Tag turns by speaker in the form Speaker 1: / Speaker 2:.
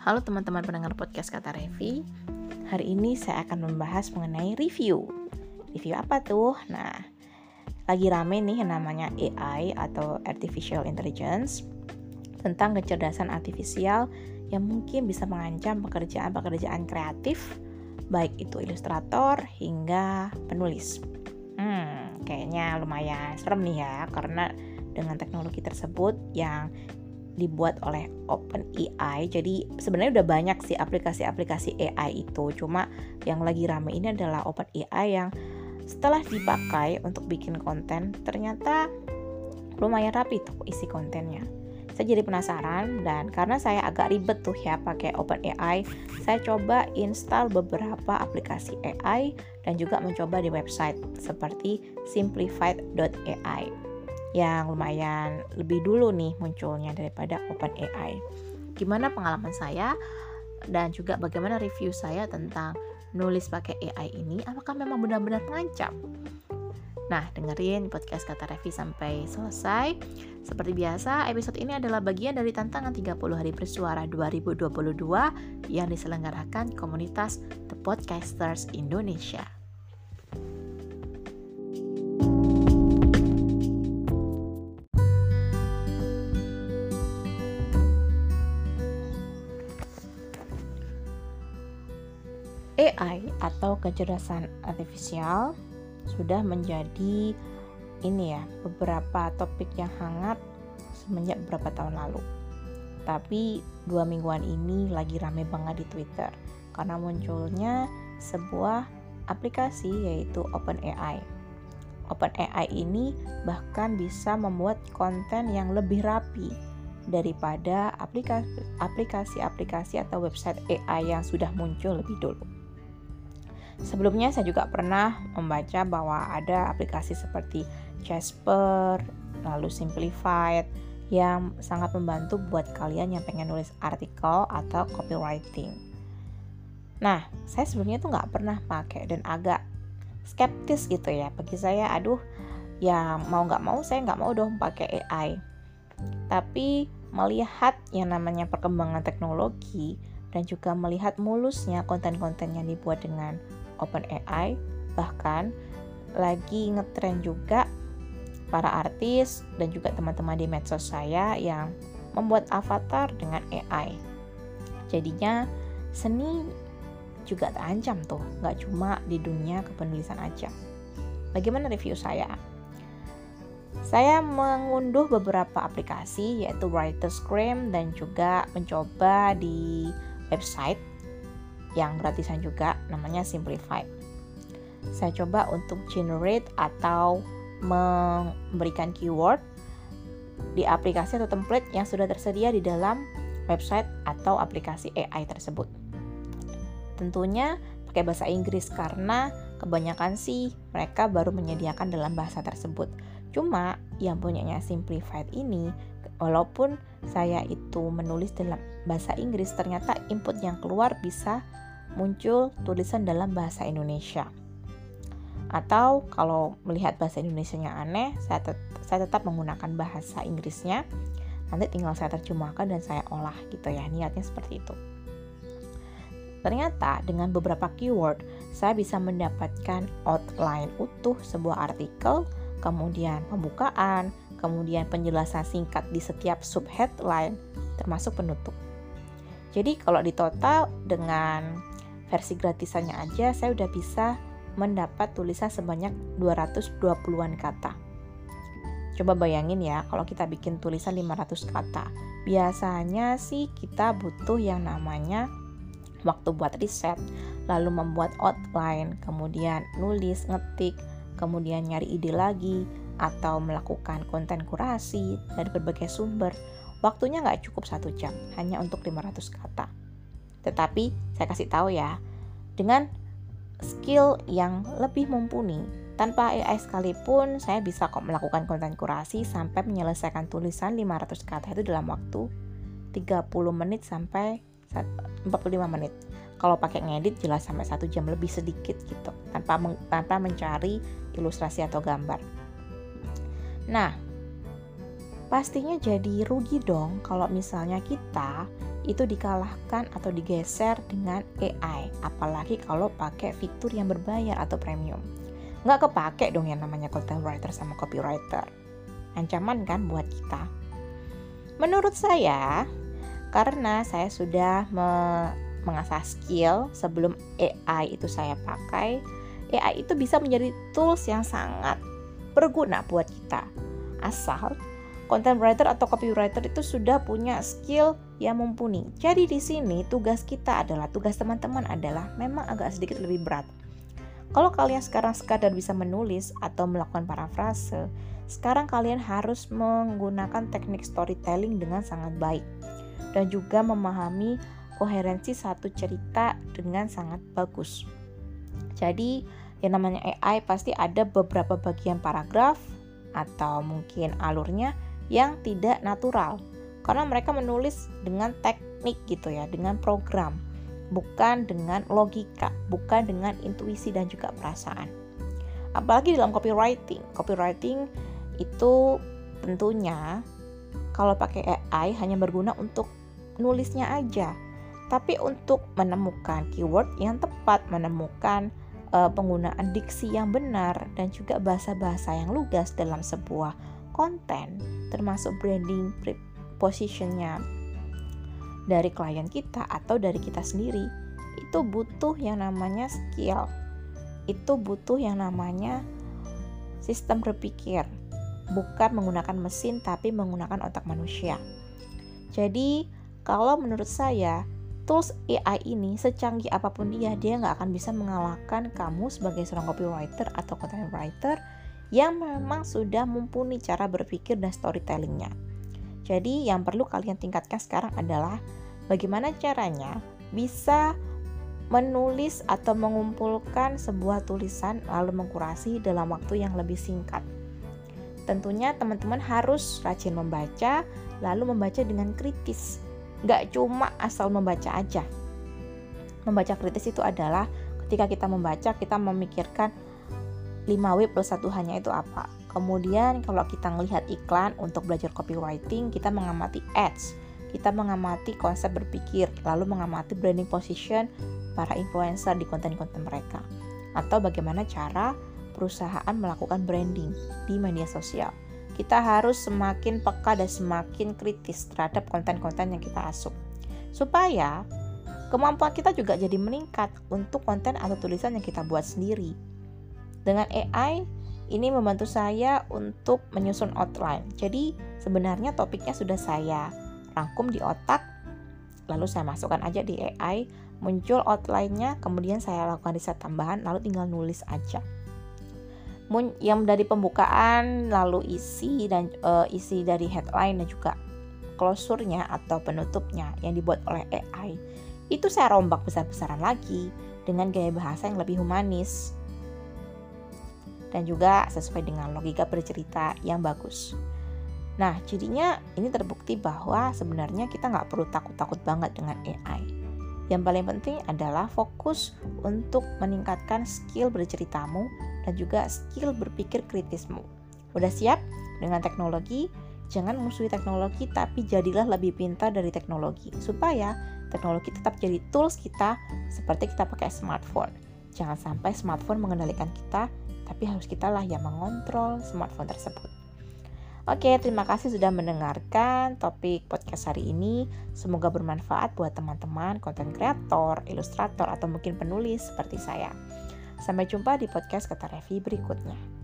Speaker 1: Halo teman-teman pendengar podcast Kata Revi. Hari ini saya akan membahas mengenai review. Review apa tuh? Nah, lagi rame nih yang namanya AI atau Artificial Intelligence, tentang kecerdasan artifisial yang mungkin bisa mengancam pekerjaan-pekerjaan kreatif, baik itu ilustrator hingga penulis. Kayaknya lumayan serem nih ya, karena dengan teknologi tersebut yang dibuat oleh OpenAI. Jadi sebenarnya udah banyak sih aplikasi-aplikasi AI itu. Cuma yang lagi rame ini adalah OpenAI yang setelah dipakai untuk bikin konten ternyata lumayan rapi tuh isi kontennya. Saya jadi penasaran, dan karena saya agak ribet tuh ya pakai OpenAI, saya coba install beberapa aplikasi AI dan juga mencoba di website seperti simplified.ai yang lumayan lebih dulu nih munculnya daripada OpenAI. Gimana pengalaman saya dan juga bagaimana review saya tentang nulis pakai AI ini, apakah memang benar-benar mengancam? Nah, dengerin podcast Kata Revi sampai selesai. Seperti biasa, episode ini adalah bagian dari tantangan 30 hari bersuara 2022 yang diselenggarakan komunitas The Podcasters Indonesia. AI atau kecerdasan artifisial sudah menjadi beberapa topik yang hangat semenjak beberapa tahun lalu. Tapi 2 mingguan ini lagi rame banget di Twitter karena munculnya sebuah aplikasi yaitu OpenAI. OpenAI ini bahkan bisa membuat konten yang lebih rapi daripada aplikasi-aplikasi atau website AI yang sudah muncul lebih dulu. Sebelumnya saya juga pernah membaca bahwa ada aplikasi seperti Jasper, lalu Simplified yang sangat membantu buat kalian yang pengen nulis artikel atau copywriting. Nah, saya sebelumnya tuh nggak pernah pakai dan agak skeptis gitu ya. Bagi saya, ya mau nggak mau saya nggak mau dong pakai AI. Tapi melihat yang namanya perkembangan teknologi dan juga melihat mulusnya konten-konten yang dibuat dengan OpenAI, bahkan lagi ngetren juga para artis dan juga teman-teman di medsos saya yang membuat avatar dengan AI. Jadinya seni juga terancam tuh, gak cuma di dunia kepenulisan aja. Bagaimana review saya? Saya mengunduh beberapa aplikasi yaitu Writerscream dan juga mencoba di website yang gratisan juga namanya Simplified. Saya coba untuk generate atau memberikan keyword di aplikasi atau template yang sudah tersedia di dalam website atau aplikasi AI tersebut. Tentunya pakai bahasa Inggris karena kebanyakan sih mereka baru menyediakan dalam bahasa tersebut. Cuma yang punyanya Simplified ini, walaupun saya itu menulis dalam bahasa Inggris, ternyata input yang keluar bisa muncul tulisan dalam bahasa Indonesia. Atau kalau melihat bahasa Indonesianya aneh, saya tetap menggunakan bahasa Inggrisnya. Nanti tinggal saya terjemahkan dan saya olah gitu ya. Niatnya seperti itu. Ternyata dengan beberapa keyword saya bisa mendapatkan outline utuh sebuah artikel, kemudian pembukaan, kemudian penjelasan singkat di setiap subheadline, termasuk penutup. Jadi kalau di total dengan versi gratisannya aja saya udah bisa mendapat tulisan sebanyak 220-an kata. Coba bayangin ya, kalau kita bikin tulisan 500 kata. Biasanya sih kita butuh yang namanya waktu buat riset, lalu membuat outline, kemudian nulis, ngetik, kemudian nyari ide lagi, atau melakukan konten kurasi dari berbagai sumber. Waktunya nggak cukup 1 jam, hanya untuk 500 kata. Tetapi saya kasih tahu ya, dengan skill yang lebih mumpuni, tanpa AI sekalipun saya bisa kok melakukan konten kurasi sampai menyelesaikan tulisan 500 kata itu dalam waktu 30 menit sampai 45 menit. Kalau pakai ngedit jelas sampai 1 jam lebih sedikit gitu, tanpa mencari ilustrasi atau gambar. Nah, pastinya jadi rugi dong kalau misalnya kita itu dikalahkan atau digeser dengan AI, apalagi kalau pakai fitur yang berbayar atau premium. Nggak kepake dong yang namanya content writer sama copywriter. Ancaman kan buat kita. Menurut saya, karena saya sudah mengasah skill sebelum AI itu saya pakai, AI itu bisa menjadi tools yang sangat berguna buat kita. Asal content writer atau copywriter itu sudah punya skill yang mumpuni. Jadi di sini tugas teman-teman adalah memang agak sedikit lebih berat. Kalau kalian sekarang sekadar bisa menulis atau melakukan parafrase, sekarang kalian harus menggunakan teknik storytelling dengan sangat baik dan juga memahami koherensi satu cerita dengan sangat bagus. Jadi yang namanya AI pasti ada beberapa bagian paragraf atau mungkin alurnya yang tidak natural karena mereka menulis dengan teknik gitu ya, dengan program, bukan dengan logika, bukan dengan intuisi dan juga perasaan. Apalagi dalam copywriting itu tentunya kalau pakai AI hanya berguna untuk nulisnya aja, tapi untuk menemukan keyword yang tepat, menemukan penggunaan diksi yang benar dan juga bahasa-bahasa yang lugas dalam sebuah konten, termasuk branding positionnya dari klien kita atau dari kita sendiri, itu butuh yang namanya skill, itu butuh yang namanya sistem berpikir, bukan menggunakan mesin tapi menggunakan otak manusia. Jadi kalau menurut saya tools AI ini secanggih apapun dia nggak akan bisa mengalahkan kamu sebagai seorang copywriter atau content writer yang memang sudah mumpuni cara berpikir dan storytellingnya. Jadi yang perlu kalian tingkatkan sekarang adalah bagaimana caranya bisa menulis atau mengumpulkan sebuah tulisan lalu mengkurasi dalam waktu yang lebih singkat. Tentunya teman-teman harus rajin membaca, lalu membaca dengan kritis. Nggak cuma asal membaca aja. Membaca kritis itu adalah ketika kita membaca, kita memikirkan 5W plus 1H-nya itu apa. Kemudian kalau kita melihat iklan untuk belajar copywriting, kita mengamati ads, kita mengamati konsep berpikir, lalu mengamati branding position para influencer di konten-konten mereka. Atau bagaimana cara perusahaan melakukan branding di media sosial. Kita harus semakin peka dan semakin kritis terhadap konten-konten yang kita asup, supaya kemampuan kita juga jadi meningkat untuk konten atau tulisan yang kita buat sendiri. Dengan AI, ini membantu saya untuk menyusun outline. Jadi sebenarnya topiknya sudah saya rangkum di otak, lalu saya masukkan aja di AI, muncul outline-nya, kemudian saya lakukan riset tambahan, lalu tinggal nulis aja. Yang dari pembukaan, lalu isi dari headline dan juga closure-nya atau penutupnya yang dibuat oleh AI, itu saya rombak besar-besaran lagi dengan gaya bahasa yang lebih humanis dan juga sesuai dengan logika bercerita yang bagus. Nah, jadinya ini terbukti bahwa sebenarnya kita nggak perlu takut-takut banget dengan AI. Yang paling penting adalah fokus untuk meningkatkan skill berceritamu dan juga skill berpikir kritismu. Udah siap dengan teknologi? Jangan musuhi teknologi, tapi jadilah lebih pintar dari teknologi, supaya teknologi tetap jadi tools kita seperti kita pakai smartphone. Jangan sampai smartphone mengendalikan kita, tapi harus kitalah yang mengontrol smartphone tersebut. Oke, terima kasih sudah mendengarkan topik podcast hari ini. Semoga bermanfaat buat teman-teman konten kreator, ilustrator, atau mungkin penulis seperti saya. Sampai jumpa di podcast Kata Revi berikutnya.